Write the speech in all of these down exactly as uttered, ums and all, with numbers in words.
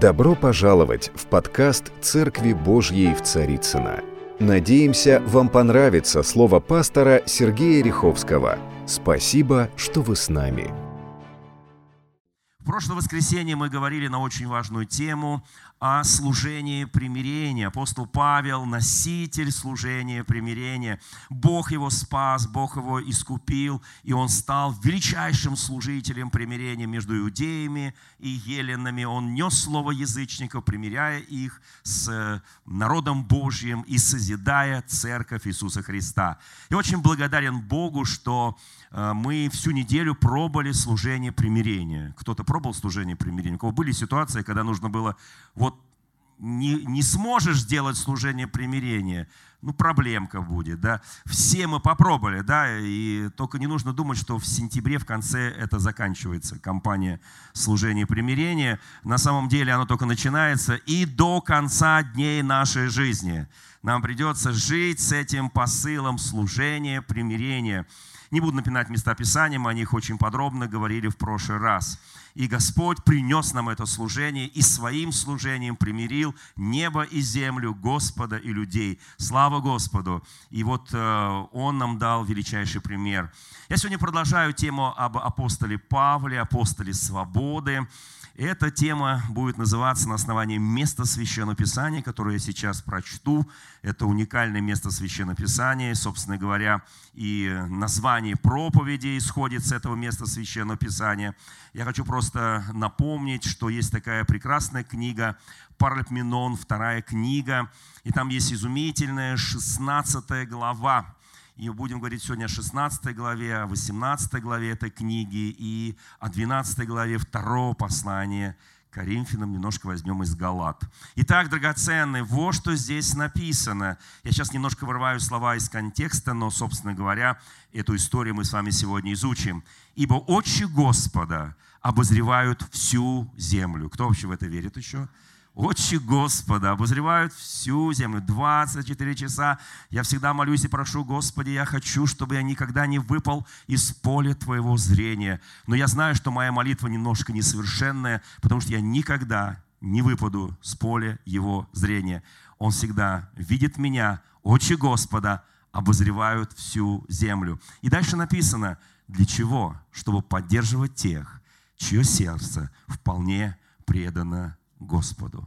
Добро пожаловать в подкаст «Церкви Божьей в Царицыно». Надеемся, вам понравится слово пастора Сергея Риховского. Спасибо, что вы с нами. В прошлое воскресенье мы говорили на очень важную тему о служении примирения. Апостол Павел – носитель служения примирения. Бог его спас, Бог его искупил, и он стал величайшим служителем примирения между иудеями и еленами. Он нес слово язычников, примиряя их с народом Божьим и созидая церковь Иисуса Христа. И очень благодарен Богу, что мы всю неделю пробовали служение примирения. Кто-то пробовал служение примирения? У кого были ситуации, когда нужно было, вот не, не сможешь сделать служение примирения, ну проблемка будет, да. Все мы попробовали, да, и только не нужно думать, что в сентябре в конце это заканчивается, кампания служения примирения. На самом деле оно только начинается и до конца дней нашей жизни. Нам придется жить с этим посылом служения примирения. Не буду напоминать места Писания, мы о них очень подробно говорили в прошлый раз. И Господь принес нам это служение и своим служением примирил небо и землю, Господа и людей. Слава Господу! И вот э, Он нам дал величайший пример. Я сегодня продолжаю тему об апостоле Павле, апостоле свободы. Эта тема будет называться на основании места Священного Писания, которое я сейчас прочту. Это уникальное место Священного Писания. Собственно говоря, и название проповеди исходит с этого места Священного Писания. Я хочу просто напомнить, что есть такая прекрасная книга «Паралипоменон», вторая книга. И там есть изумительная шестнадцатая глава. И будем говорить сегодня о шестнадцатой главе, о восемнадцатой главе этой книги и о двенадцатой главе второго послания к Коринфянам. Немножко возьмем из Галат. Итак, драгоценные, вот что здесь написано. Я сейчас немножко вырываю слова из контекста, но, собственно говоря, эту историю мы с вами сегодня изучим. «Ибо очи Господа обозревают всю землю». Кто вообще в это верит еще? Очи Господа обозревают всю землю. двадцать четыре часа. Я всегда молюсь и прошу: Господи, я хочу, чтобы я никогда не выпал из поля Твоего зрения. Но я знаю, что моя молитва немножко несовершенная, потому что я никогда не выпаду с поля Его зрения. Он всегда видит меня. Очи Господа обозревают всю землю. И дальше написано: для чего? Чтобы поддерживать тех, чье сердце вполне предано Господу.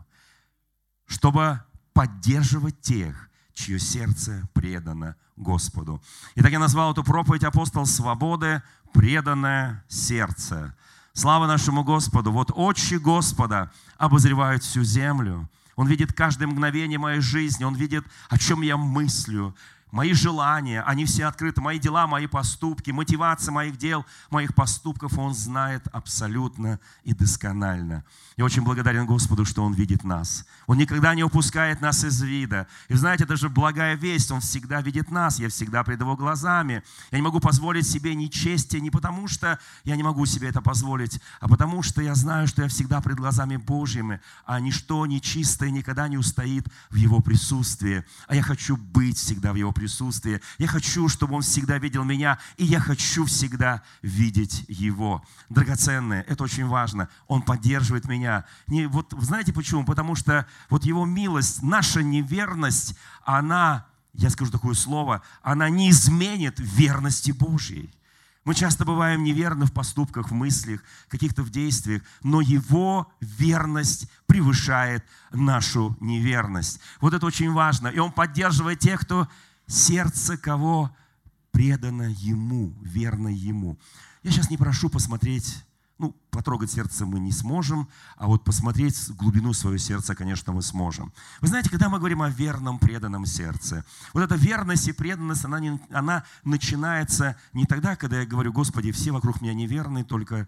Чтобы поддерживать тех, чье сердце предано Господу. Итак, я назвал эту проповедь «Апостол свободы. Преданное сердце». Слава нашему Господу! Вот очи Господа обозревают всю землю. Он видит каждое мгновение моей жизни. Он видит, о чем я мыслю. Мои желания, они все открыты. Мои дела, мои поступки, мотивация моих дел, моих поступков Он знает абсолютно и досконально. Я очень благодарен Господу, что Он видит нас. Он никогда не упускает нас из вида. И знаете, это же благая весть. Он всегда видит нас. Я всегда пред Его глазами. Я не могу позволить себе нечестие не потому, что я не могу себе это позволить, а потому что я знаю, что я всегда пред глазами Божьими, а ничто нечистое никогда не устоит в Его присутствии. А я хочу быть всегда в Его присутствии. присутствие. Я хочу, чтобы Он всегда видел меня, и я хочу всегда видеть Его. Драгоценное, это очень важно. Он поддерживает меня. Не, вот знаете почему? Потому что вот Его милость, наша неверность, она, я скажу такое слово, она не изменит верности Божьей. Мы часто бываем неверны в поступках, в мыслях, каких-то в действиях, но Его верность превышает нашу неверность. Вот это очень важно. И Он поддерживает тех, кто сердце кого предано Ему, верно Ему. Я сейчас не прошу посмотреть, ну, потрогать сердце мы не сможем, а вот посмотреть в глубину своего сердца, конечно, мы сможем. Вы знаете, когда мы говорим о верном, преданном сердце, вот эта верность и преданность, она, не, она начинается не тогда, когда я говорю: Господи, все вокруг меня неверны, только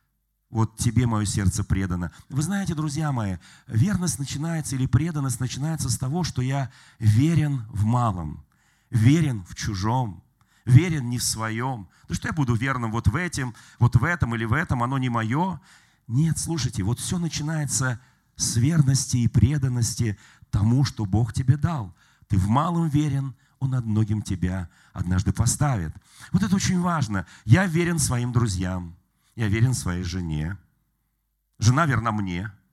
вот Тебе мое сердце предано. Вы знаете, друзья мои, верность начинается или преданность начинается с того, что я верен в малом. Верен в чужом, верен не в своем. Да что я буду верным вот в этом, вот в этом или в этом, оно не мое. Нет, слушайте, вот все начинается с верности и преданности тому, что Бог тебе дал. Ты в малом верен, Он над многим тебя однажды поставит. Вот это очень важно. Я верен своим друзьям, я верен своей жене. Жена верна мне.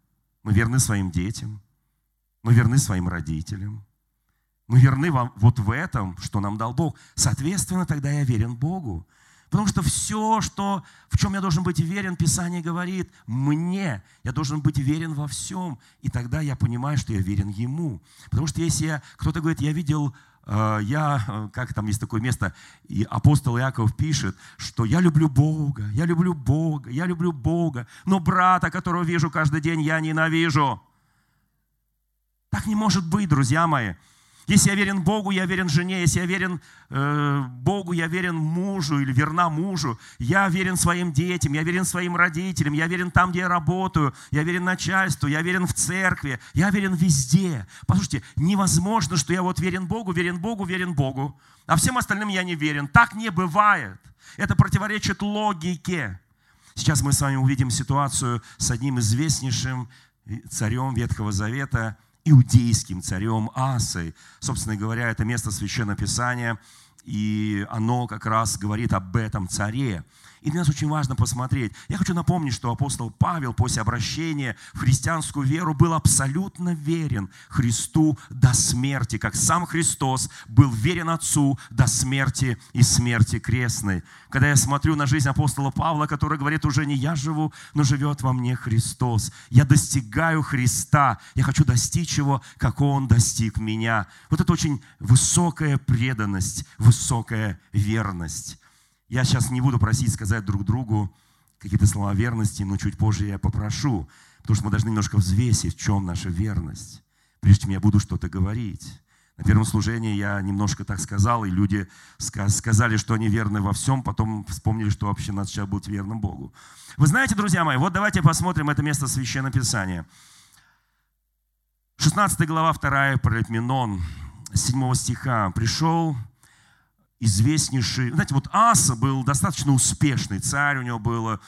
Мы верны своим детям. Мы верны своим родителям. Мы верны вам вот в этом, что нам дал Бог. Соответственно, тогда я верен Богу. Потому что все, что, в чем я должен быть верен, Писание говорит мне. Я должен быть верен во всем. И тогда я понимаю, что я верен Ему. Потому что если я, кто-то говорит, я видел, э, я, как там есть такое место, и апостол Иаков пишет, что я люблю Бога, я люблю Бога, я люблю Бога, но брата, которого вижу каждый день, я ненавижу. Так не может быть, друзья мои. Если я верен Богу, я верен жене. Если я верен э, Богу, я верен мужу или верна мужу. Я верен своим детям, я верен своим родителям, я верен там, где я работаю, я верен начальству, я верен в церкви, я верен везде. Послушайте, невозможно, что я вот верен Богу, верен Богу, верен Богу, а всем остальным я не верен. Так не бывает. Это противоречит логике. Сейчас мы с вами увидим ситуацию с одним известнейшим царем Ветхого Завета, иудейским царем Асой. Собственно говоря, это место Священного Писания, и оно как раз говорит об этом царе. И для нас очень важно посмотреть. Я хочу напомнить, что апостол Павел после обращения в христианскую веру был абсолютно верен Христу до смерти, как сам Христос был верен Отцу до смерти и смерти крестной. Когда я смотрю на жизнь апостола Павла, который говорит, уже не я живу, но живет во мне Христос. Я достигаю Христа, я хочу достичь Его, как Он достиг меня. Вот это очень высокая преданность, высокая верность. Я сейчас не буду просить сказать друг другу какие-то слова верности, но чуть позже я попрошу, потому что мы должны немножко взвесить, в чем наша верность, прежде чем я буду что-то говорить. На первом служении я немножко так сказал, и люди сказали, что они верны во всем, потом вспомнили, что вообще надо сейчас быть верным Богу. Вы знаете, друзья мои, вот давайте посмотрим это место Священного Писания. шестнадцатая глава, вторая, Паралипоменон, седьмого стиха. «Пришел известнейший, знаете, вот Аса был достаточно успешный царь, у него было,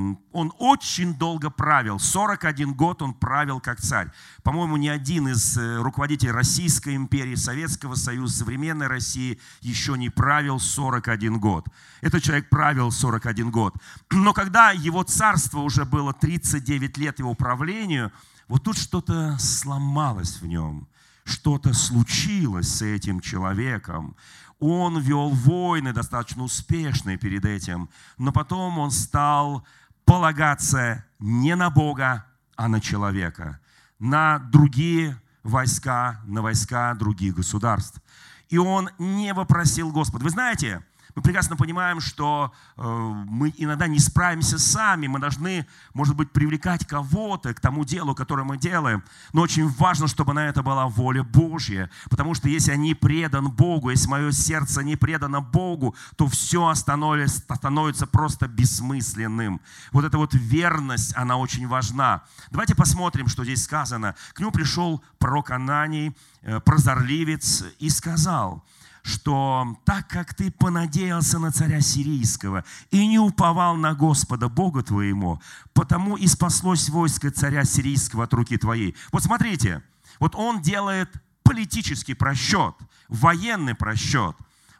он очень долго правил, сорок один год он правил как царь. По-моему, ни один из руководителей Российской империи, Советского Союза, современной России еще не правил сорок один год. Этот человек правил сорок один год. Но когда его царство уже было тридцать девять лет его правлению, вот тут что-то сломалось в нем, что-то случилось с этим человеком. Он вел войны достаточно успешные перед этим, но потом он стал полагаться не на Бога, а на человека, на другие войска, на войска других государств. И он не вопросил Господа. Вы знаете, мы прекрасно понимаем, что э, мы иногда не справимся сами. Мы должны, может быть, привлекать кого-то к тому делу, которое мы делаем. Но очень важно, чтобы на это была воля Божья. Потому что если я не предан Богу, если мое сердце не предано Богу, то все становится просто бессмысленным. Вот эта вот верность, она очень важна. Давайте посмотрим, что здесь сказано. К нему пришел пророк Ананий, э, прозорливец, и сказал, что так как ты понадеялся на царя сирийского и не уповал на Господа Бога твоему, потому и спаслось войско царя сирийского от руки твоей. Вот смотрите, вот он делает политический просчет, военный просчет.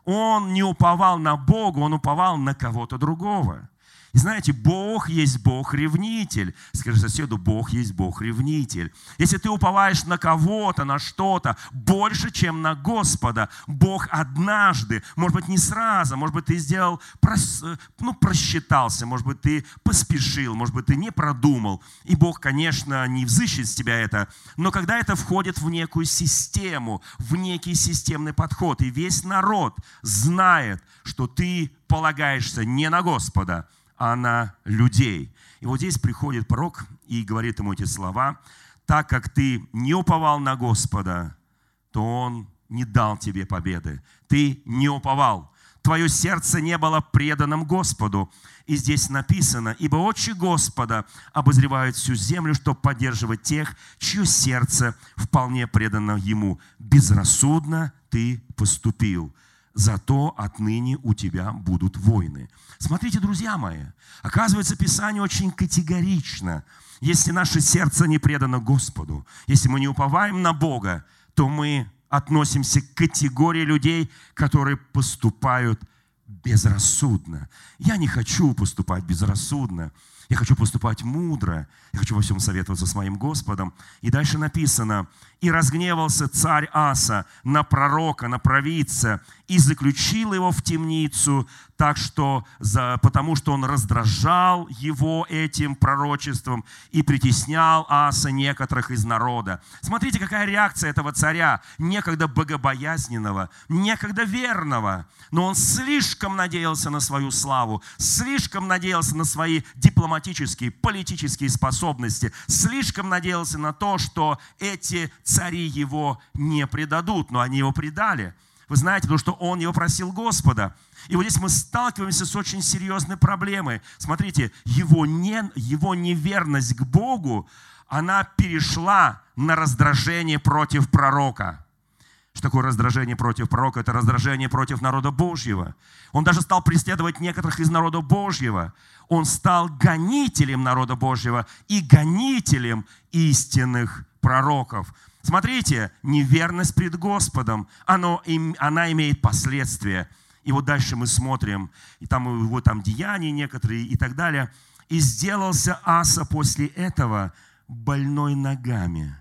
Он не уповал на Бога, он уповал на кого-то другого. И знаете, Бог есть Бог-ревнитель. Скажи соседу, Бог есть Бог-ревнитель. Если ты уповаешь на кого-то, на что-то, больше, чем на Господа, Бог однажды, может быть, не сразу, может быть, ты сделал, ну, просчитался, может быть, ты поспешил, может быть, ты не продумал. И Бог, конечно, не взыщет с тебя это. Но когда это входит в некую систему, в некий системный подход, и весь народ знает, что ты полагаешься не на Господа, а на людей. И вот здесь приходит пророк и говорит ему эти слова. Так как ты не уповал на Господа, то Он не дал тебе победы. Ты не уповал. Твое сердце не было преданным Господу. И здесь написано, ибо очи Господа обозревают всю землю, чтобы поддерживать тех, чье сердце вполне предано Ему. Безрассудно ты поступил. Зато отныне у тебя будут войны. Смотрите, друзья мои, оказывается, Писание очень категорично. Если наше сердце не предано Господу, если мы не уповаем на Бога, то мы относимся к категории людей, которые поступают безрассудно. Я не хочу поступать безрассудно. Я хочу поступать мудро. Я хочу во всем советоваться с моим Господом. И дальше написано: «И разгневался царь Аса на пророка, на провидца, и заключил его в темницу, так что, за, потому что он раздражал его этим пророчеством и притеснял Аса некоторых из народа». Смотрите, какая реакция этого царя, некогда богобоязненного, некогда верного. Но он слишком надеялся на свою славу, слишком надеялся на свои дипломатические, политические способности, слишком надеялся на то, что эти цари его не предадут, но они его предали. Вы знаете, потому что он его просил Господа. И вот здесь мы сталкиваемся с очень серьезной проблемой. Смотрите, его, не, его неверность к Богу, она перешла на раздражение против пророка. Что такое раздражение против пророка? Это раздражение против народа Божьего. Он даже стал преследовать некоторых из народа Божьего. Он стал гонителем народа Божьего и гонителем истинных пророков. Смотрите, неверность пред Господом, оно, она имеет последствия. И вот дальше мы смотрим, и там его там деяния некоторые и так далее. «И сделался Аса после этого больной ногами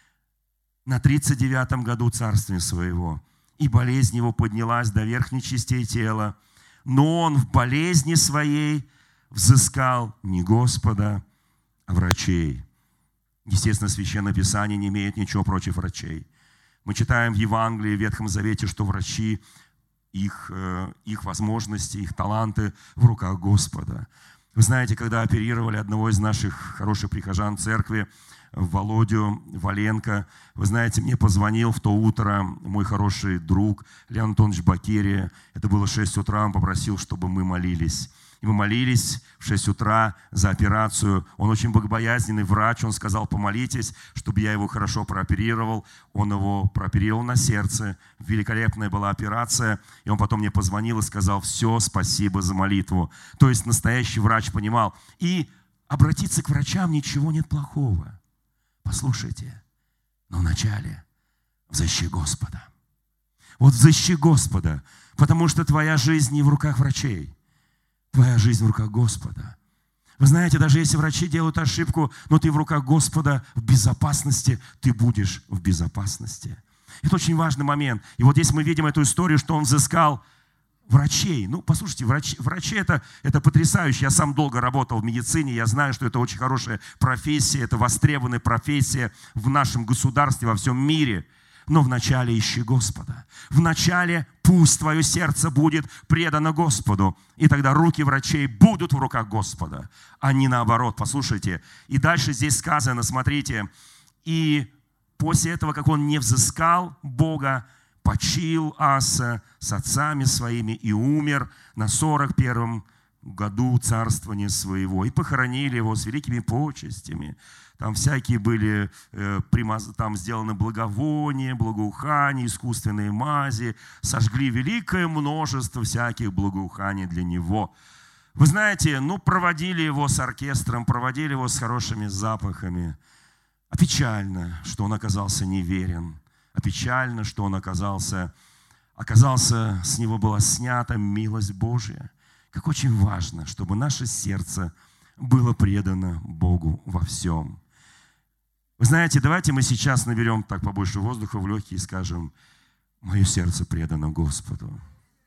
на тридцать девятом году царствия своего, и болезнь его поднялась до верхней частей тела. Но он в болезни своей взыскал не Господа, а врачей». Естественно, Священное Писание не имеет ничего против врачей. Мы читаем в Евангелии, в Ветхом Завете, что врачи, их, их возможности, их таланты в руках Господа. Вы знаете, когда оперировали одного из наших хороших прихожан церкви, Володю Валенко, вы знаете, мне позвонил в то утро мой хороший друг Леонид Антонович Бакерия. Это было шесть утра, он попросил, чтобы мы молились. И мы молились в шесть утра за операцию. Он очень богобоязненный врач. Он сказал: помолитесь, чтобы я его хорошо прооперировал. Он его прооперировал на сердце. Великолепная была операция. И он потом мне позвонил и сказал: все, спасибо за молитву. То есть настоящий врач понимал. И обратиться к врачам ничего нет плохого. Послушайте, но вначале взыщи Господа. Вот взыщи Господа, потому что твоя жизнь не в руках врачей. Твоя жизнь в руках Господа. Вы знаете, даже если врачи делают ошибку, но ты в руках Господа в безопасности, ты будешь в безопасности. Это очень важный момент. И вот здесь мы видим эту историю, что он взыскал врачей. Ну, послушайте, врачи, врачи это, это потрясающе. Я сам долго работал в медицине, я знаю, что это очень хорошая профессия, это востребованная профессия в нашем государстве, во всем мире. Но вначале ищи Господа. Вначале пусть твое сердце будет предано Господу. И тогда руки врачей будут в руках Господа, а не наоборот. Послушайте. И дальше здесь сказано, смотрите. И после этого, как он не взыскал Бога, почил Аса с отцами своими и умер на сорок первом году царствования своего. И похоронили его с великими почестями. Там всякие были, э, примаз... там сделаны благовония, благоухания, искусственные мази. Сожгли великое множество всяких благоуханий для него. Вы знаете, ну, проводили его с оркестром, проводили его с хорошими запахами. А печально, что он оказался неверен. А печально, что он оказался, оказался, с него была снята милость Божья. Как очень важно, чтобы наше сердце было предано Богу во всем. Вы знаете, давайте мы сейчас наберем так побольше воздуха в легкие и скажем: мое сердце предано Господу.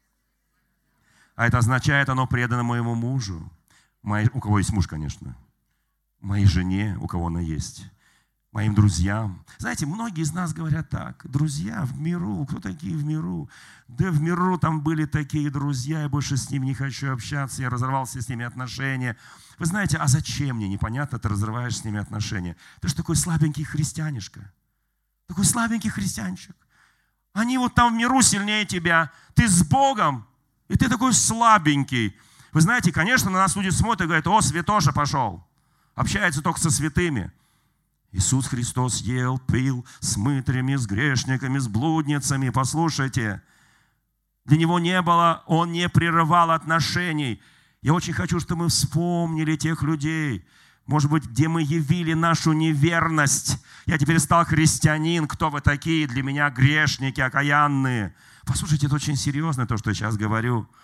А это означает, оно предано моему мужу, моей, у кого есть муж, конечно, моей жене, у кого она есть, моим друзьям. Знаете, многие из нас говорят так: друзья в миру, кто такие в миру? Да в миру там были такие друзья, я больше с ними не хочу общаться, я разорвал все с ними отношения. Вы знаете, а зачем мне? Непонятно, ты разрываешь с ними отношения. Ты же такой слабенький христианишка. Такой слабенький христианчик. Они вот там в миру сильнее тебя. Ты с Богом, и ты такой слабенький. Вы знаете, конечно, на нас люди смотрят и говорят: о, святоша пошел. Общается только со святыми. Иисус Христос ел, пил с мытарями, с грешниками, с блудницами. Послушайте, для Него не было, Он не прерывал отношений. Я очень хочу, чтобы мы вспомнили тех людей, может быть, где мы явили нашу неверность. Я теперь стал христианин, кто вы такие? Для меня грешники, окаянные. Послушайте, это очень серьезно, то, что я сейчас говорю.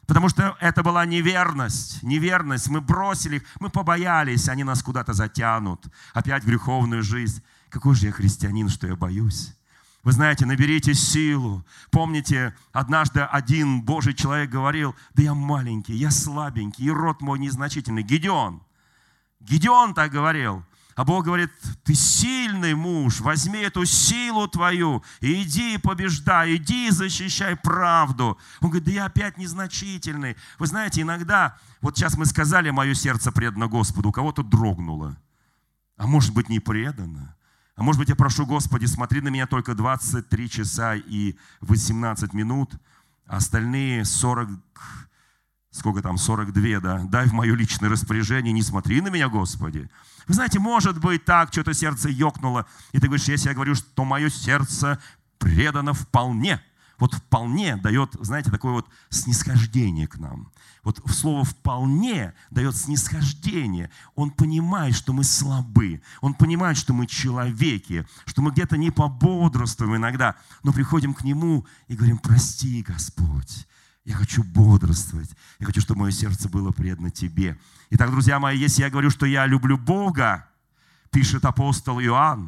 Потому что это была неверность, неверность. Мы бросили их, мы побоялись, они нас куда-то затянут. Опять в греховную жизнь. Какой же я христианин, что я боюсь? Вы знаете, наберите силу. Помните, однажды один Божий человек говорил: да я маленький, я слабенький, и род мой незначительный. Гидеон. Гидеон так говорил. А Бог говорит: ты сильный муж, возьми эту силу твою и иди и побеждай, иди и защищай правду. Он говорит: да я опять незначительный. Вы знаете, иногда, вот сейчас мы сказали, мое сердце предано Господу, у кого-то дрогнуло. А может быть, не предано. А может быть, я прошу: Господи, смотри на меня только двадцать три часа и восемнадцать минут, а остальные сорок, сколько там, сорок два, да, дай в мое личное распоряжение, не смотри на меня, Господи. Вы знаете, может быть так, что-то сердце ёкнуло, и ты говоришь: если я говорю, что мое сердце предано вполне. Вот вполне дает, знаете, такое вот снисхождение к нам. Вот слово «вполне» дает снисхождение. Он понимает, что мы слабы. Он понимает, что мы человеки, что мы где-то не пободрствуем иногда, но приходим к Нему и говорим: прости, Господь. Я хочу бодрствовать. Я хочу, чтобы мое сердце было предано Тебе. Итак, друзья мои, если я говорю, что я люблю Бога, пишет апостол Иоанн,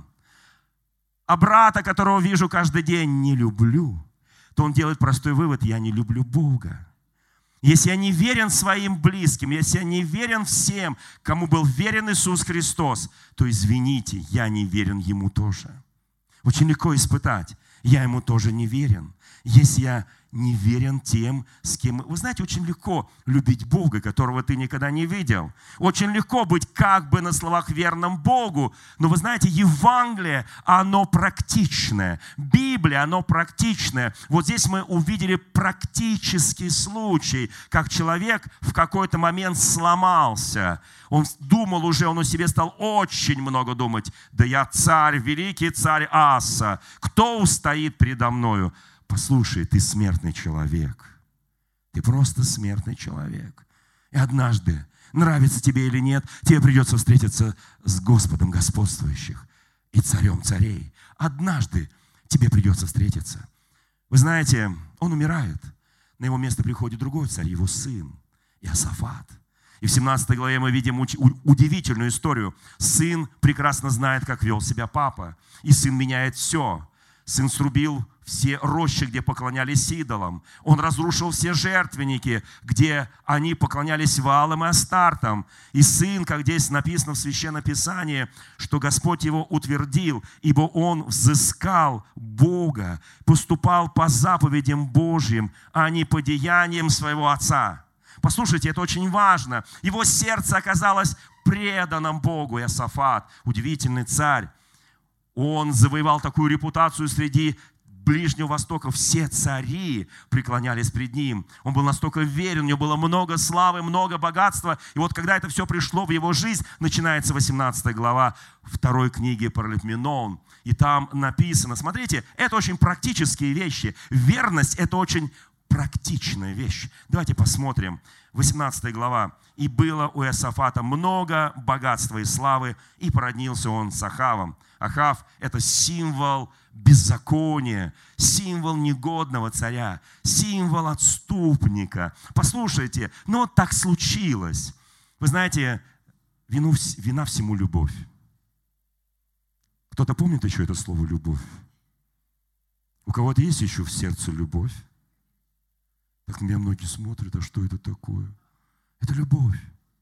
а брата, которого вижу каждый день, не люблю, то он делает простой вывод: я не люблю Бога. Если я не верен своим близким, если я не верен всем, кому был верен Иисус Христос, то, извините, я не верен Ему тоже. Очень легко испытать. Я Ему тоже не верен. Если я не верен тем, с кем... Вы знаете, очень легко любить Бога, которого ты никогда не видел. Очень легко быть как бы на словах верным Богу. Но вы знаете, Евангелие, оно практичное. Библия, оно практичное. Вот здесь мы увидели практический случай, как человек в какой-то момент сломался. Он думал уже, он о себе стал очень много думать. Да я царь, великий царь Аса. Кто устоит предо мною? Послушай, ты смертный человек. Ты просто смертный человек. И однажды, нравится тебе или нет, тебе придется встретиться с Господом господствующих и царем царей. Однажды тебе придется встретиться. Вы знаете, он умирает. На его место приходит другой царь, его сын, Иосафат. И в семнадцатой главе мы видим удивительную историю. Сын прекрасно знает, как вел себя папа. И сын меняет все. Сын срубил все рощи, где поклонялись идолам. Он разрушил все жертвенники, где они поклонялись Ваалам и Астартам. И сын, как здесь написано в Священном Писании, что Господь его утвердил, ибо он взыскал Бога, поступал по заповедям Божьим, а не по деяниям своего отца. Послушайте, это очень важно. Его сердце оказалось преданным Богу. Иосафат, удивительный царь. Он завоевал такую репутацию среди Ближнего Востока. Все цари преклонялись пред ним. Он был настолько верен, у него было много славы, много богатства. И вот когда это все пришло в его жизнь, начинается восемнадцатая глава второй книги Паралипоменон. И там написано, смотрите, это очень практические вещи. Верность – это очень практичная вещь. Давайте посмотрим. восемнадцатая глава. «И было у Иосафата много богатства и славы, и породнился он с Ахавом». Ахав – это символ беззакония, символ негодного царя, символ отступника. Послушайте, ну вот так случилось. Вы знаете, вину, вина всему любовь. Кто-то помнит еще это слово «любовь»? У кого-то есть еще в сердце любовь? Так на меня многие смотрят: а что это такое? Это любовь.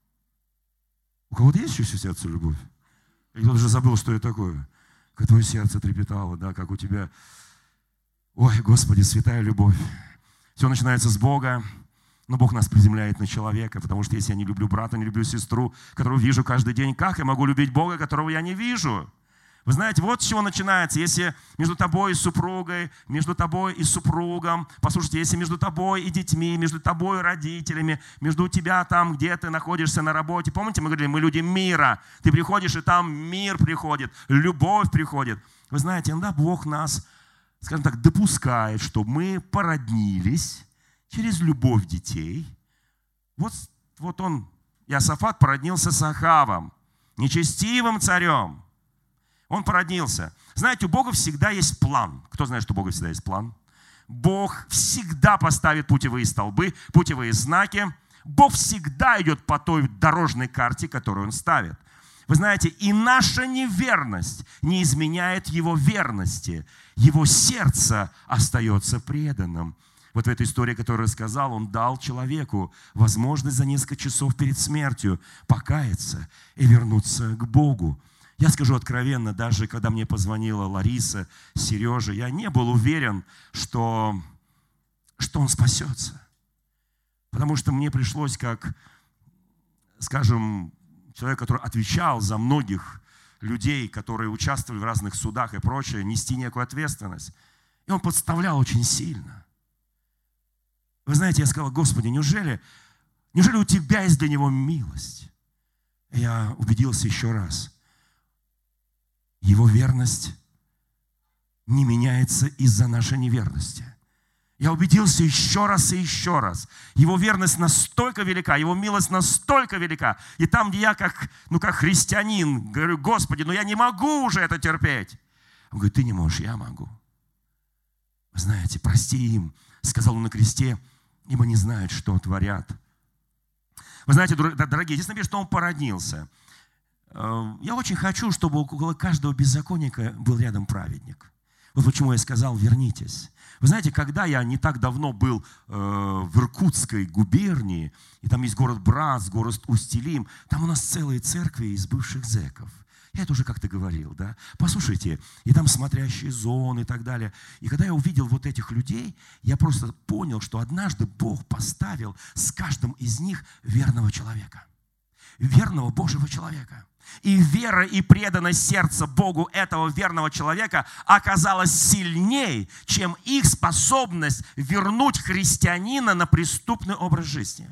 У кого-то есть еще в сердце любовь? И кто-то уже забыл, что это такое. Как твое сердце трепетало, да, как у тебя... Ой, Господи, святая любовь. Все начинается с Бога, но Бог нас приземляет на человека, потому что если я не люблю брата, не люблю сестру, которую вижу каждый день, как я могу любить Бога, которого я не вижу? Вы знаете, вот с чего начинается. Если между тобой и супругой, между тобой и супругом, послушайте, если между тобой и детьми, между тобой и родителями, между тебя там, где ты находишься на работе. Помните, мы говорили, мы люди мира. Ты приходишь, и там мир приходит, любовь приходит. Вы знаете, иногда Бог нас, скажем так, допускает, чтобы мы породнились через любовь детей. Вот, вот он, Иосафат, породнился с Ахавом, нечестивым царем. Он породнился. Знаете, у Бога всегда есть план. Кто знает, что у Бога всегда есть план? Бог всегда поставит путевые столбы, путевые знаки. Бог всегда идет по той дорожной карте, которую Он ставит. Вы знаете, и наша неверность не изменяет Его верности. Его сердце остается преданным. Вот в этой истории, которую я рассказал, Он дал человеку возможность за несколько часов перед смертью покаяться и вернуться к Богу. Я скажу откровенно, даже когда мне позвонила Лариса, Сережа, я не был уверен, что, что он спасется. Потому что мне пришлось, как, скажем, человек, который отвечал за многих людей, которые участвовали в разных судах и прочее, нести некую ответственность. И он подставлял очень сильно. Вы знаете, я сказал: Господи, неужели, неужели у Тебя есть для него милость? И я убедился еще раз. Его верность не меняется из-за нашей неверности. Я убедился еще раз и еще раз. Его верность настолько велика, Его милость настолько велика. И там, где я как, ну, как христианин говорю: Господи, ну я не могу уже это терпеть. Он говорит: Ты не можешь, я могу. Вы знаете, прости им, сказал Он на кресте, ибо не знают, что творят. Вы знаете, дорогие, здесь написано, что Он породнился. Я очень хочу, чтобы около каждого беззаконника был рядом праведник. Вот почему я сказал: вернитесь. Вы знаете, когда я не так давно был э, в Иркутской губернии, и там есть город Братск, город Усть-Илим, там у нас целые церкви из бывших зэков. Я это уже как-то говорил, да? Послушайте, и там смотрящие зоны и так далее. И когда я увидел вот этих людей, я просто понял, что однажды Бог поставил с каждым из них верного человека. Верного Божьего человека. И вера и преданность сердца Богу этого верного человека оказалась сильнее, чем их способность вернуть христианина на преступный образ жизни.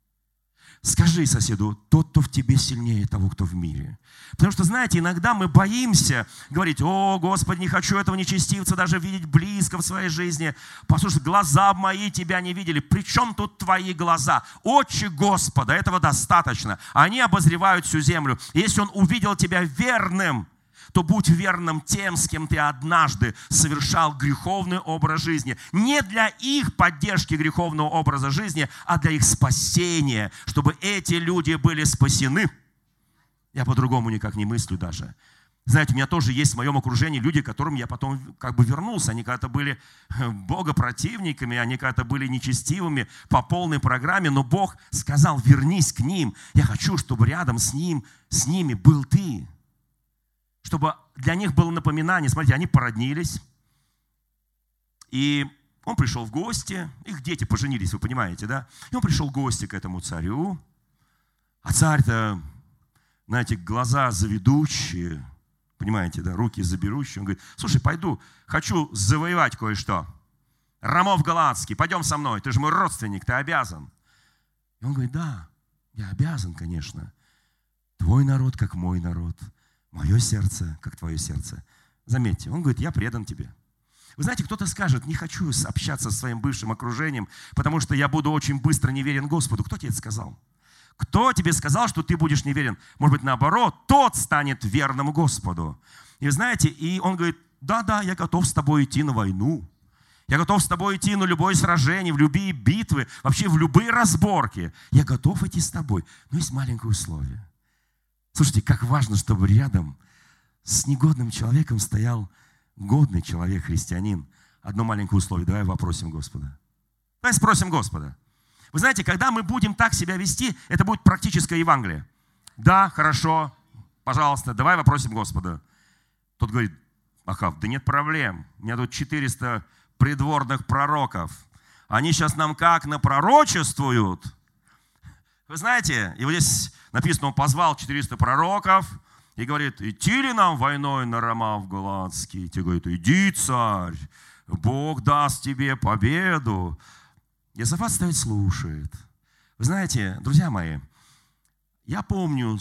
Скажи соседу: тот, кто в тебе, сильнее того, кто в мире. Потому что, знаете, иногда мы боимся говорить: о, Господи, не хочу этого нечестивца даже видеть близко в своей жизни. Послушай, глаза мои тебя не видели. При чем тут твои глаза? Очи Господа, этого достаточно. Они обозревают всю землю. Если Он увидел тебя верным, то будь верным тем, с кем ты однажды совершал греховный образ жизни. Не для их поддержки греховного образа жизни, а для их спасения, чтобы эти люди были спасены. Я по-другому никак не мыслю даже. Знаете, у меня тоже есть в моем окружении люди, к которым я потом как бы вернулся. Они когда-то были богопротивниками, они когда-то были нечестивыми по полной программе, но Бог сказал: вернись к ним. Я хочу, чтобы рядом с ним, с ними был ты. Чтобы для них было напоминание. Смотрите, они породнились, и он пришел в гости, их дети поженились, вы понимаете, да? И он пришел в гости к этому царю, а царь-то, знаете, глаза заведущие, понимаете, да, руки заберущие. Он говорит: слушай, пойду, хочу завоевать кое-что. Рамов Галатский, пойдем со мной, ты же мой родственник, ты обязан. И он говорит: да, я обязан, конечно. Твой народ, как мой народ. Мое сердце, как твое сердце. Заметьте, он говорит: я предан тебе. Вы знаете, кто-то скажет: не хочу общаться со своим бывшим окружением, потому что я буду очень быстро неверен Господу. Кто тебе это сказал? Кто тебе сказал, что ты будешь неверен? Может быть, наоборот, тот станет верным Господу. И вы знаете, и он говорит: да-да, я готов с тобой идти на войну. Я готов с тобой идти на любое сражение, в любые битвы, вообще в любые разборки. Я готов идти с тобой. Но есть маленькое условие. Слушайте, как важно, чтобы рядом с негодным человеком стоял годный человек, христианин. Одно маленькое условие. Давай вопросим Господа. Давай спросим Господа. Вы знаете, когда мы будем так себя вести, это будет практическое Евангелие. Да, хорошо, пожалуйста, давай вопросим Господа. Тот говорит: Ахав, да нет проблем. У меня тут четыреста придворных пророков. Они сейчас нам как напророчествуют. Вы знаете, и вот здесь написано, он позвал четыреста пророков и говорит: идти ли нам войной на Рамав Галатский? Те говорят: иди, царь, Бог даст тебе победу. Иосафат стоит, слушает. Вы знаете, друзья мои, я помню,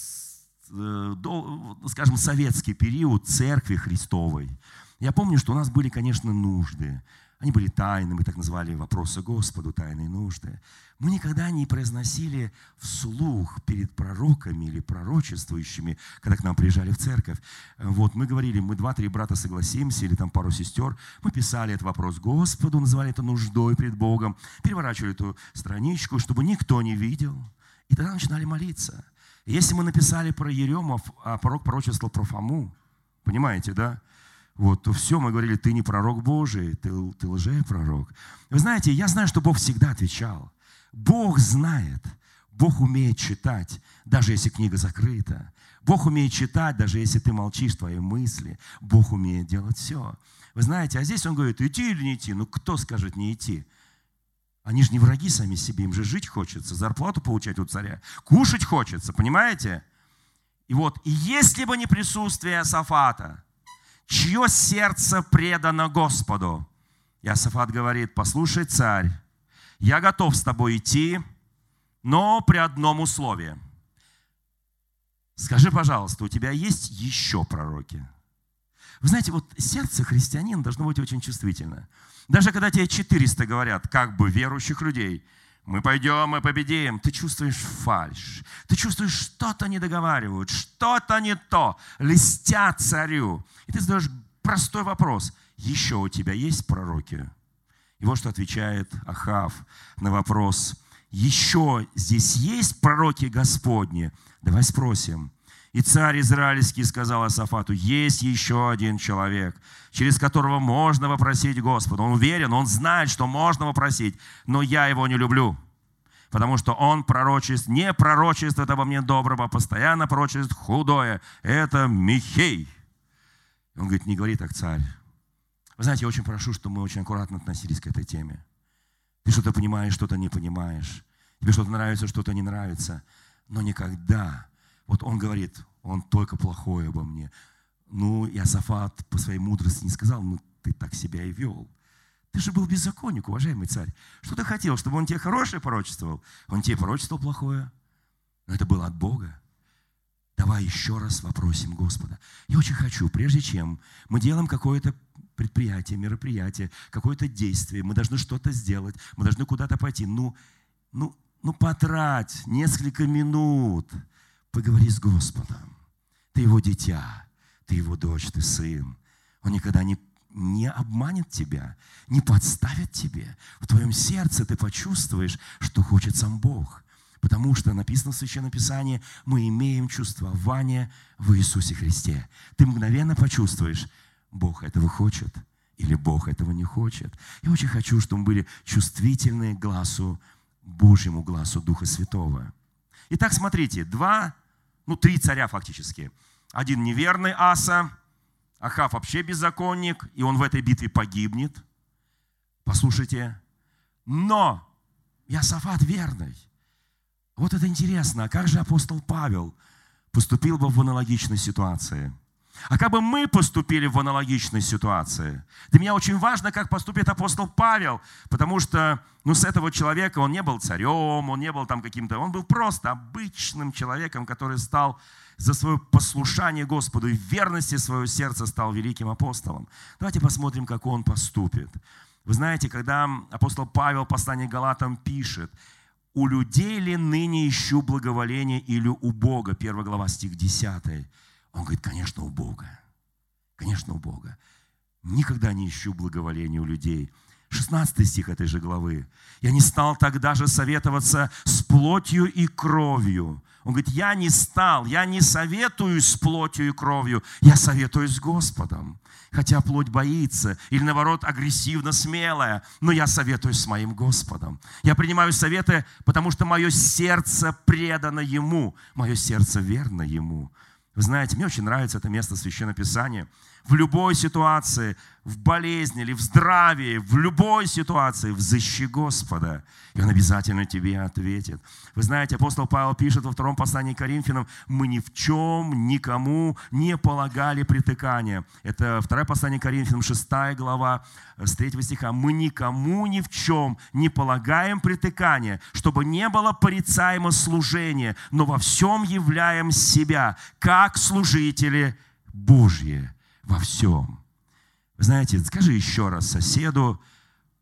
скажем, советский период церкви Христовой. Я помню, что у нас были, конечно, нужды. Они были тайны, мы так назвали вопросы Господу, тайные нужды. Мы никогда не произносили вслух перед пророками или пророчествующими, когда к нам приезжали в церковь. Вот, мы говорили, мы два-три брата согласимся, или там пару сестер. Мы писали этот вопрос Господу, называли это нуждой пред Богом, переворачивали эту страничку, чтобы никто не видел. И тогда начинали молиться. И если мы написали про Еремов, а пророк пророчествовал про Фому, понимаете, да? Вот, то все, мы говорили, ты не пророк Божий, ты, ты лжепророк. Вы знаете, я знаю, что Бог всегда отвечал. Бог знает, Бог умеет читать, даже если книга закрыта. Бог умеет читать, даже если ты молчишь, твои мысли. Бог умеет делать все. Вы знаете, а здесь он говорит, идти или не идти? Ну, кто скажет не идти? Они же не враги сами себе, им же жить хочется, зарплату получать у царя, кушать хочется, понимаете? И вот, и если бы не присутствие Иосафата, чье сердце предано Господу. Иосафат говорит, послушай, царь, я готов с тобой идти, но при одном условии. Скажи, пожалуйста, у тебя есть еще пророки? Вы знаете, вот сердце христианина должно быть очень чувствительно. Даже когда тебе четыреста говорят, как бы верующих людей, мы пойдем, мы победим. Ты чувствуешь фальшь. Ты чувствуешь, что-то не договаривают, что-то не то. Льстят царю. И ты задаешь простой вопрос. Еще у тебя есть пророки? И вот что отвечает Ахав на вопрос. Еще здесь есть пророки Господни? Давай спросим. И царь израильский сказал Иосафату, есть еще один человек, через которого можно вопросить Господа. Он уверен, он знает, что можно вопросить, но я его не люблю, потому что он пророчеств, не пророчествует обо мне доброго, а постоянно пророчествует худое. Это Михей. Он говорит, не говори так, царь. Вы знаете, я очень прошу, чтобы мы очень аккуратно относились к этой теме. Ты что-то понимаешь, что-то не понимаешь. Тебе что-то нравится, что-то не нравится. Но никогда... Вот он говорит, он только плохое обо мне. Ну, Иосафат по своей мудрости не сказал, ну, ты так себя и вел. Ты же был беззаконник, уважаемый царь. Что ты хотел, чтобы он тебе хорошее пророчествовал? Он тебе пророчествовал плохое. Но это было от Бога. Давай еще раз вопросим Господа. Я очень хочу, прежде чем мы делаем какое-то предприятие, мероприятие, какое-то действие, мы должны что-то сделать, мы должны куда-то пойти. Ну, ну, ну потрать несколько минут. Поговори с Господом. Ты его дитя, ты его дочь, ты сын. Он никогда не, не обманет тебя, не подставит тебе. В твоем сердце ты почувствуешь, что хочет сам Бог. Потому что написано в Священном Писании, мы имеем чувствование в Иисусе Христе. Ты мгновенно почувствуешь, Бог этого хочет или Бог этого не хочет. Я очень хочу, чтобы мы были чувствительны к глазу Божьему, глазу Духа Святого. Итак, смотрите, два... Ну, три царя фактически. Один неверный Аса, Ахав вообще беззаконник, и он в этой битве погибнет. Послушайте. Но Иосафат верный. Вот это интересно. А как же апостол Павел поступил бы в аналогичной ситуации? А как бы мы поступили в аналогичной ситуации? Для меня очень важно, как поступит апостол Павел, потому что ну, с этого человека он не был царем, он не был там каким-то, он был просто обычным человеком, который стал за свое послушание Господу и в верности своего сердца стал великим апостолом. Давайте посмотрим, как он поступит. Вы знаете, когда апостол Павел в послании к Галатам пишет, «У людей ли ныне ищу благоволение или у Бога?» Первая глава, стих десятый. Он говорит, конечно, у Бога. Конечно, у Бога. Никогда не ищу благоволения у людей. шестнадцатый стих этой же главы. «Я не стал тогда же советоваться с плотью и кровью». Он говорит, я не стал, я не советуюсь с плотью и кровью, я советуюсь с Господом. Хотя плоть боится, или наоборот агрессивно смелая, но я советуюсь с моим Господом. Я принимаю советы, потому что мое сердце предано Ему, мое сердце верно Ему. Вы знаете, мне очень нравится это место Священного Писания. В любой ситуации, в болезни или в здравии, в любой ситуации взыщи Господа, и Он обязательно тебе ответит. Вы знаете, апостол Павел пишет во втором послании к Коринфянам, мы ни в чем никому не полагали притыкания. Это второе послание к Коринфянам, шестая глава, с третьего стиха. Мы никому ни в чем не полагаем притыкания, чтобы не было порицаемо служение, но во всем являем себя, как служители Божьи. Во всем. Вы знаете, скажи еще раз соседу,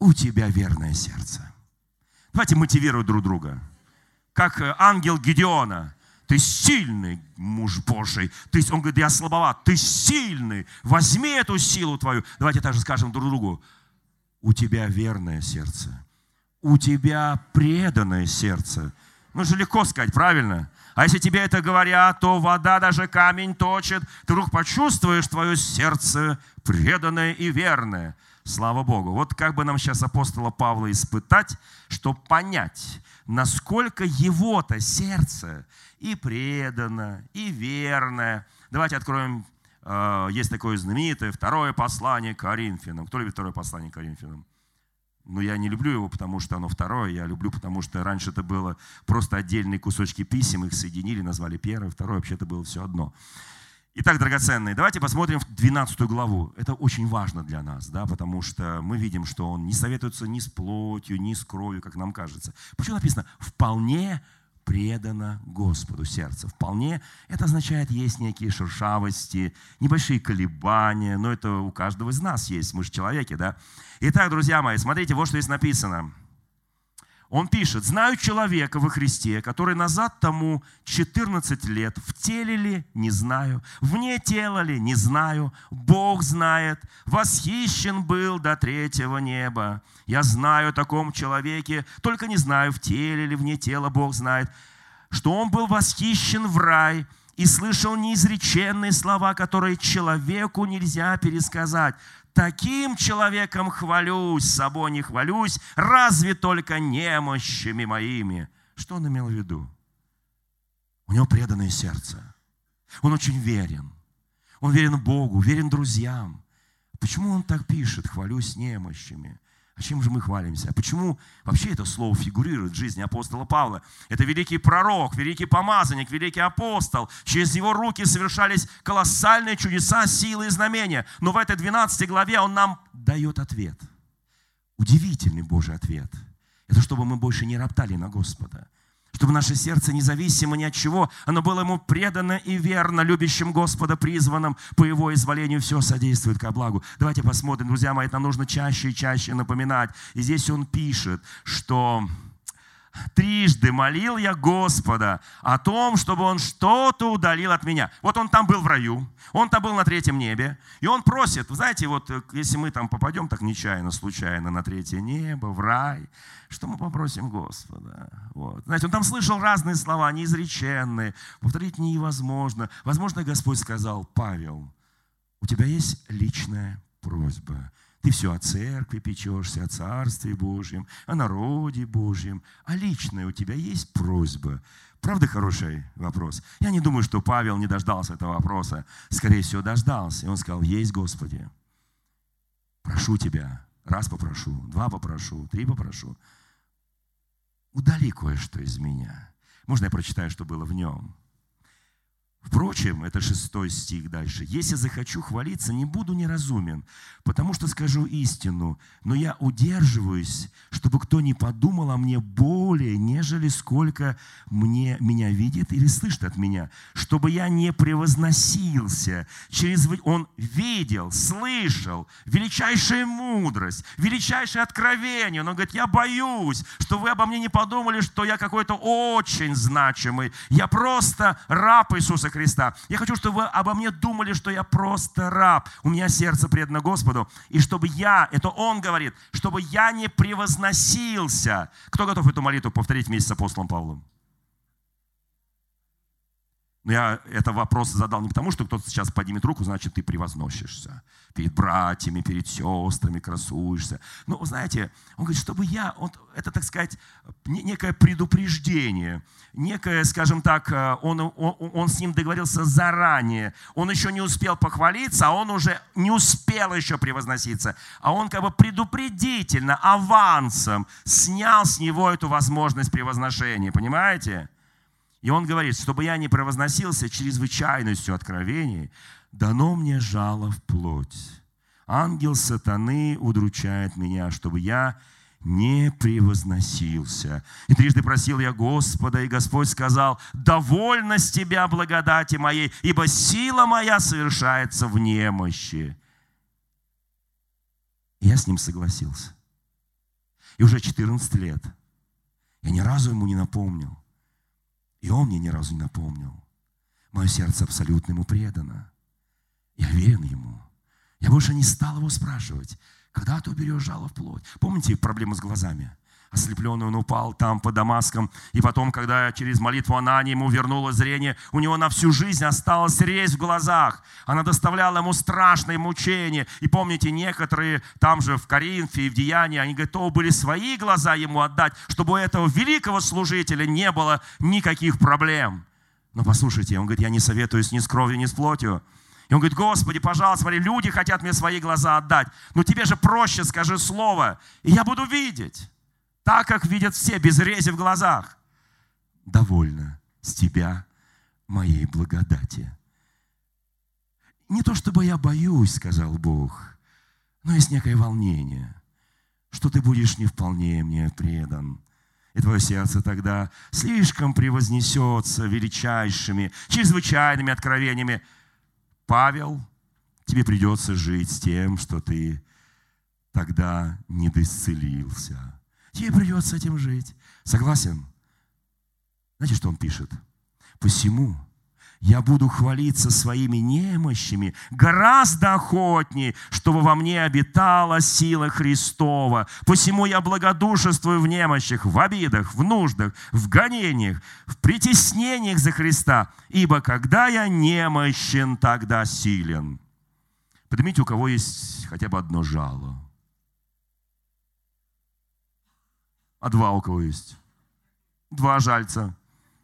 у тебя верное сердце. Давайте мотивировать друг друга. Как ангел Гедеона. Ты сильный муж Божий. Ты, он говорит, я слабоват. Ты сильный. Возьми эту силу твою. Давайте также скажем друг другу. У тебя верное сердце. У тебя преданное сердце. Ну же легко сказать, правильно? А если тебе это говорят, то вода даже камень точит. Ты вдруг почувствуешь твое сердце преданное и верное. Слава Богу. Вот как бы нам сейчас апостола Павла испытать, чтобы понять, насколько его-то сердце и предано, и верное. Давайте откроем, э, есть такое знаменитое второе послание к Коринфянам. Кто любит второе послание к Коринфянам? Ну, я не люблю его, потому что оно второе. Я люблю, потому что раньше это было просто отдельные кусочки писем, их соединили, назвали первое, второе. Вообще это было все одно. Итак, драгоценные, давайте посмотрим в двенадцатую главу. Это очень важно для нас, да, потому что мы видим, что он не советуется ни с плотью, ни с кровью, как нам кажется. Почему написано «вполне предано Господу сердце»? Вполне, это означает, есть некие шершавости, небольшие колебания, но это у каждого из нас есть, мы же человеки, да. Итак, друзья мои, смотрите, вот что здесь написано. Он пишет: «Знаю человека во Христе, который назад тому четырнадцать лет, в теле ли, не знаю, вне тела ли, не знаю, Бог знает, восхищен был до третьего неба. Я знаю о таком человеке, только не знаю, в теле ли, вне тела, Бог знает, что он был восхищен в рай и слышал неизреченные слова, которые человеку нельзя пересказать. Таким человеком хвалюсь, собой не хвалюсь, разве только немощами моими». Что он имел в виду? У него преданное сердце. Он очень верен. Он верен Богу, верен друзьям. Почему он так пишет? Хвалюсь немощами. А чем же мы хвалимся? А почему вообще это слово фигурирует в жизни апостола Павла? Это великий пророк, великий помазанник, великий апостол. Через его руки совершались колоссальные чудеса, силы и знамения. Но в этой двенадцатой главе он нам дает ответ. Удивительный Божий ответ. Это чтобы мы больше не роптали на Господа. Чтобы наше сердце, независимо ни от чего, оно было ему предано и верно, любящим Господа, призванным по его изволению, все содействует ко благу. Давайте посмотрим, друзья мои, это нужно чаще и чаще напоминать. И здесь он пишет, что трижды молил я Господа о том, чтобы Он что-то удалил от меня. Вот он там был в раю, он там был на третьем небе, и он просит, вы знаете, вот если мы там попадем так нечаянно, случайно на третье небо, в рай, что мы попросим Господа? Вот. Знаете, он там слышал разные слова, неизреченные, повторить невозможно. Возможно, Господь сказал: Павел, у тебя есть личная просьба. Ты все о церкви печешься, о Царстве Божьем, о народе Божьем. А личная у тебя есть просьба? Правда, хороший вопрос? Я не думаю, что Павел не дождался этого вопроса. Скорее всего, дождался. И он сказал: есть, Господи. Прошу Тебя. Раз попрошу, два попрошу, три попрошу. Удали кое-что из меня. Можно я прочитаю, что было в нем? Впрочем, это шестой стих дальше. «Если захочу хвалиться, не буду неразумен, потому что скажу истину, но я удерживаюсь, чтобы кто не подумал о мне более, нежели сколько мне, меня видит или слышит от меня, чтобы я не превозносился». Через, он видел, слышал величайшая мудрость, величайшее откровение. Он говорит: я боюсь, что вы обо мне не подумали, что я какой-то очень значимый. Я просто раб Иисуса Христа. Я хочу, чтобы вы обо мне думали, что я просто раб. У меня сердце предано Господу. И чтобы я, это Он говорит, чтобы я не превозносился. Кто готов эту молитву повторить вместе с апостолом Павлом? Но я этот вопрос задал не потому, что кто-то сейчас поднимет руку, значит, ты превозносишься. Перед братьями, перед сестрами красуешься. Ну, знаете, он говорит, чтобы я, он, это, так сказать, некое предупреждение, некое, скажем так, он, он, он с ним договорился заранее. Он еще не успел похвалиться, а он уже не успел еще превозноситься. А он как бы предупредительно, авансом снял с него эту возможность превозношения. Понимаете? И он говорит, чтобы я не превозносился чрезвычайностью откровений, дано мне жало в плоть. Ангел сатаны удручает меня, чтобы я не превозносился. И трижды просил я Господа, и Господь сказал: довольно с тебя благодати моей, ибо сила моя совершается в немощи. И я с ним согласился. И уже четырнадцать лет я ни разу ему не напомнил. И он мне ни разу не напомнил. Мое сердце абсолютно ему предано. Я верен ему. Я больше не стал его спрашивать, когда ты уберешь жало в плоть. Помните проблему с глазами? Ослепленный он упал там под Дамаском. И потом, когда через молитву Анании ему вернулось зрение, у него на всю жизнь осталась резь в глазах. Она доставляла ему страшные мучения. И помните, некоторые там же в Коринфе и в Деянии, они готовы были свои глаза ему отдать, чтобы у этого великого служителя не было никаких проблем. Но послушайте, он говорит, я не советуюсь ни с кровью, ни с плотью. И он говорит, Господи, пожалуйста, смотри, люди хотят мне свои глаза отдать. Но тебе же проще, скажи слово, и я буду видеть. Так, как видят все, без рези в глазах. Довольно с тебя моей благодати. Не то, чтобы я боюсь, сказал Бог, но есть некое волнение, что ты будешь не вполне мне предан. И твое сердце тогда слишком превознесется величайшими, чрезвычайными откровениями. Павел, тебе придется жить с тем, что ты тогда недоисцелился. Тебе придется с этим жить. Согласен? Знаете, что он пишет? Посему я буду хвалиться своими немощами гораздо охотнее, чтобы во мне обитала сила Христова. Посему я благодушествую в немощах, в обидах, в нуждах, в гонениях, в притеснениях за Христа. Ибо когда я немощен, тогда силен. Поднимите, у кого есть хотя бы одно жало. А два у кого есть? Два жальца.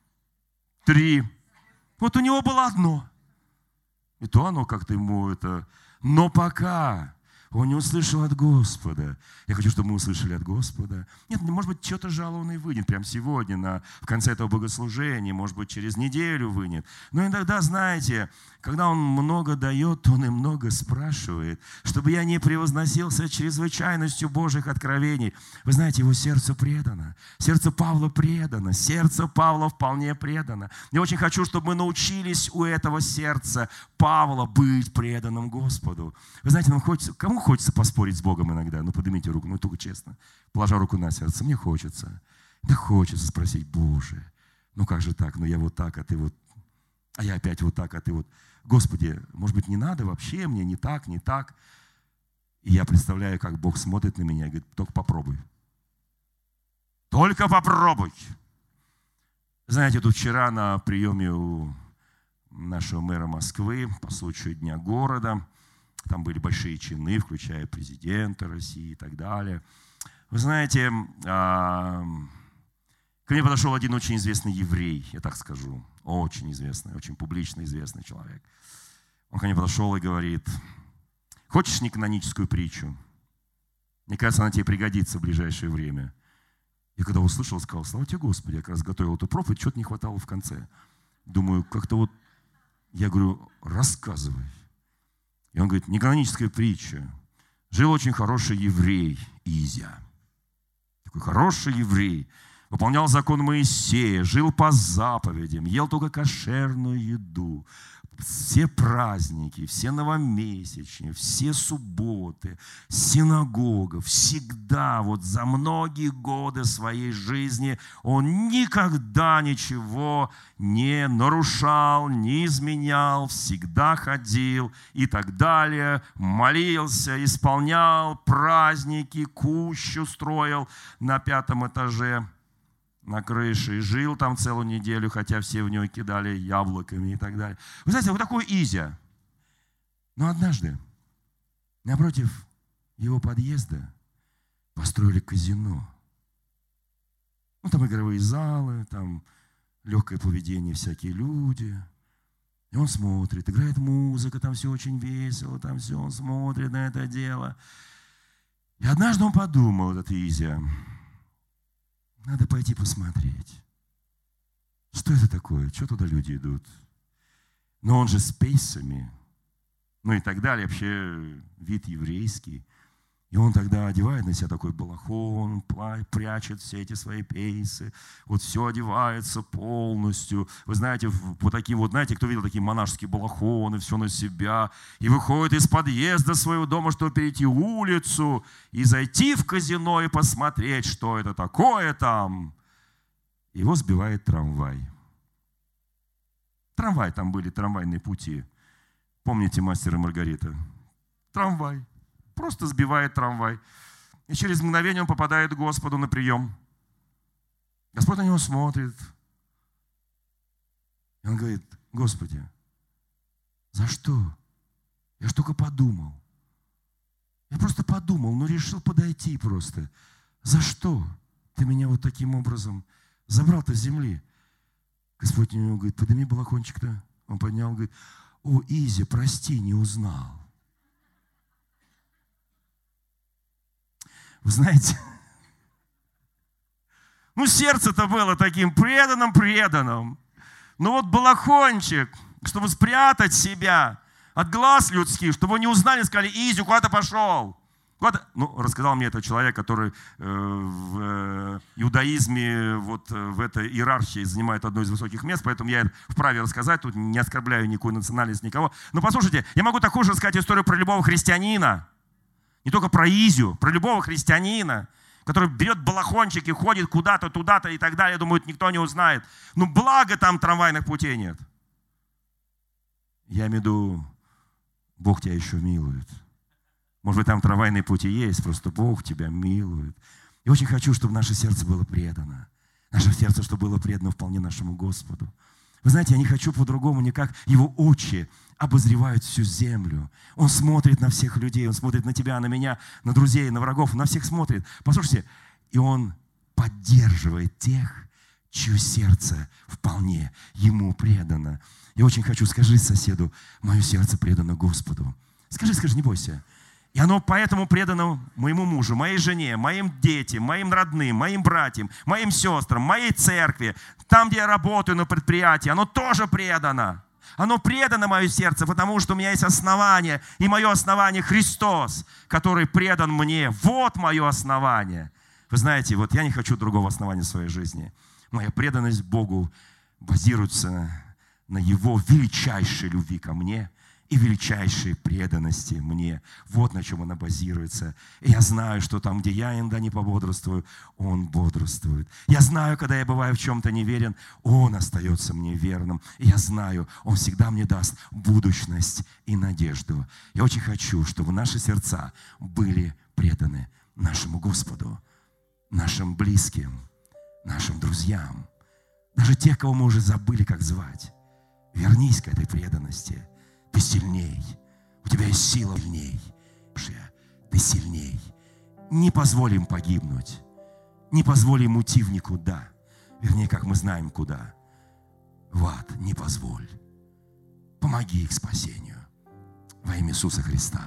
Три. Вот у него было одно. И то оно как-то ему это... Но пока он не услышал от Господа. Я хочу, чтобы мы услышали от Господа. Нет, может быть, что-то жало он и вынет прямо сегодня, на, в конце этого богослужения, может быть, через неделю вынет. Но иногда, знаете, когда он много дает, он и много спрашивает, чтобы я не превозносился чрезвычайностью Божьих откровений. Вы знаете, его сердце предано. Сердце Павла предано. Сердце Павла вполне предано. Я очень хочу, чтобы мы научились у этого сердца Павла быть преданным Господу. Вы знаете, нам хочется, кому хочется поспорить с Богом иногда? Ну, поднимите руку, ну, только честно. Положа руку на сердце, мне хочется. Да хочется спросить, Боже, ну как же так? Ну я вот так, а ты вот, а я опять вот так, а ты вот. Господи, может быть, не надо вообще мне, не так, не так. И я представляю, как Бог смотрит на меня и говорит, только попробуй. Только попробуй. Знаете, тут вчера на приеме у нашего мэра Москвы по случаю Дня города, там были большие чины, включая президента России и так далее. Вы знаете, ко мне подошел один очень известный еврей, я так скажу, очень известный, очень публично известный человек. Он ко мне подошел и говорит, хочешь неканоническую притчу? Мне кажется, она тебе пригодится в ближайшее время. Я когда услышал, сказал, слава тебе, Господи, я как раз готовил эту проповедь, что-то не хватало в конце. Думаю, как-то вот, я говорю, рассказывай. И он говорит, неканоническая притча. Жил очень хороший еврей, Изя. Такой хороший еврей. Выполнял закон Моисея, жил по заповедям, ел только кошерную еду. Все праздники, все новомесячные, все субботы, синагога, всегда, вот за многие годы своей жизни он никогда ничего не нарушал, не изменял, всегда ходил и так далее, молился, исполнял праздники, кущу строил на пятом этаже на крыше и жил там целую неделю, хотя все в него кидали яблоками и так далее. Вы знаете, вот такой Изя. Но однажды напротив его подъезда построили казино. Ну, там игровые залы, там легкое поведение, всякие люди. И он смотрит, играет музыка, там все очень весело, там все, он смотрит на это дело. И однажды он подумал, этот Изя, надо пойти посмотреть. Что это такое? Что туда люди идут? Но он же с пейсами. Ну и так далее. Вообще вид еврейский. И он тогда одевает на себя такой балахон, прячет все эти свои пейсы, вот все одевается полностью. Вы знаете, по таким вот, знаете, кто видел такие монашеские балахоны, все на себя, и выходит из подъезда своего дома, чтобы перейти улицу и зайти в казино и посмотреть, что это такое там. Его сбивает трамвай. Трамвай, там были трамвайные пути. Помните «Мастер и Маргарита»? Трамвай. Просто сбивает трамвай. И через мгновение он попадает к Господу на прием. Господь на него смотрит. И он говорит: Господи, за что? Я ж только подумал. Я просто подумал, но решил подойти просто. За что ты меня вот таким образом забрал-то с земли? Господь на него говорит: подними балахончик-то. Он поднял, говорит: о, Изи, прости, не узнал. Вы знаете, ну сердце-то было таким преданным-преданным. Но вот балахончик, чтобы спрятать себя от глаз людских, чтобы вы не узнали, сказали: Изи, куда ты пошел? Куда ты? Ну, рассказал мне этот человек, который э, в э, иудаизме, вот э, в этой иерархии занимает одно из высоких мест, поэтому я вправе рассказать, тут не оскорбляю никакую национальность, никого. Но послушайте, я могу такую же рассказать историю про любого христианина. Не только про Изю, про любого христианина, который берет балахончик и ходит куда-то, туда-то и так далее. Думают, никто не узнает. Ну, благо там трамвайных путей нет. Я имею в виду, Бог тебя еще милует. Может быть, там трамвайные пути есть, просто Бог тебя милует. И очень хочу, чтобы наше сердце было предано. Наше сердце, чтобы было предано вполне нашему Господу. Вы знаете, я не хочу по-другому никак. Его очи обозревают всю землю. Он смотрит на всех людей, он смотрит на тебя, на меня, на друзей, на врагов, на всех смотрит. Послушайте, и он поддерживает тех, чье сердце вполне ему предано. Я очень хочу, скажи соседу: мое сердце предано Господу. Скажи, скажи, не бойся. И оно поэтому предано моему мужу, моей жене, моим детям, моим родным, моим братьям, моим сестрам, моей церкви. Там, где я работаю на предприятии, оно тоже предано. Оно предано мое сердце, потому что у меня есть основание. И мое основание Христос, который предан мне. Вот мое основание. Вы знаете, вот я не хочу другого основания в своей жизни. Моя преданность Богу базируется на Его величайшей любви ко мне и величайшей преданности мне. Вот на чем она базируется. И я знаю, что там, где я иногда не пободрствую, Он бодрствует. Я знаю, когда я бываю в чем-то неверен, Он остается мне верным. И я знаю, Он всегда мне даст будущность и надежду. Я очень хочу, чтобы наши сердца были преданы нашему Господу, нашим близким, нашим друзьям, даже тех, кого мы уже забыли, как звать. Вернись к этой преданности. Ты сильней. У тебя есть сила в ней. Ты сильней. Не позволь им погибнуть. Не позволь им уйти в никуда. Вернее, как мы знаем, куда. В ад не позволь. Помоги их спасению. Во имя Иисуса Христа.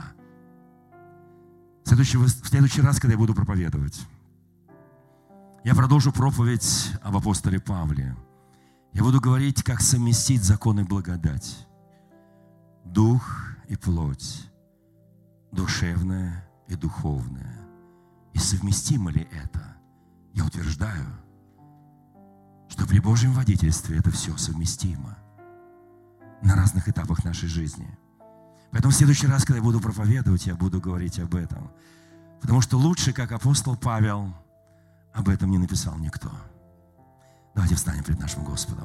В следующий, в следующий раз, когда я буду проповедовать, я продолжу проповедь об апостоле Павле. Я буду говорить, как совместить закон и благодать. Дух и плоть, душевное и духовное. И совместимо ли это? Я утверждаю, что при Божьем водительстве это все совместимо на разных этапах нашей жизни. Поэтому в следующий раз, когда я буду проповедовать, я буду говорить об этом. Потому что лучше, как апостол Павел, об этом не написал никто. Давайте встанем пред нашим Господом.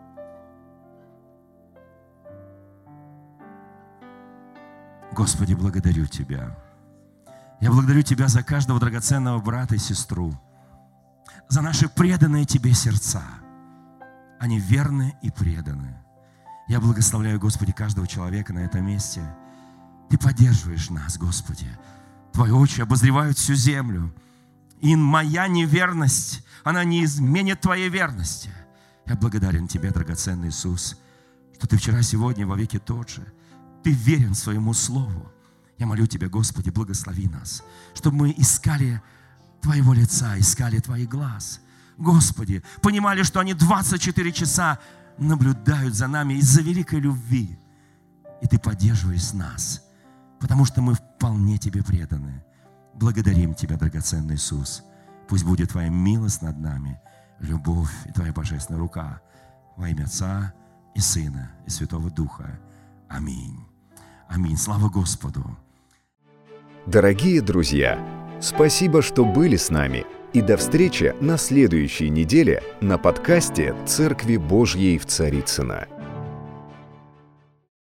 Господи, благодарю Тебя. Я благодарю Тебя за каждого драгоценного брата и сестру, за наши преданные Тебе сердца. Они верны и преданы. Я благословляю, Господи, каждого человека на этом месте. Ты поддерживаешь нас, Господи. Твои очи обозревают всю землю. И моя неверность, она не изменит Твоей верности. Я благодарен Тебе, драгоценный Иисус, что Ты вчера, сегодня, во веки тот же. Ты верен своему Слову. Я молю Тебя, Господи, благослови нас, чтобы мы искали Твоего лица, искали Твоих глаз. Господи, понимали, что они двадцать четыре часа наблюдают за нами из-за великой любви. И Ты поддерживаешь нас, потому что мы вполне Тебе преданы. Благодарим Тебя, драгоценный Иисус. Пусть будет Твоя милость над нами, любовь и Твоя божественная рука. Во имя Отца и Сына и Святого Духа. Аминь. Аминь. Слава Господу. Дорогие друзья, спасибо, что были с нами. И до встречи на следующей неделе на подкасте «Церкви Божьей в Царицыно».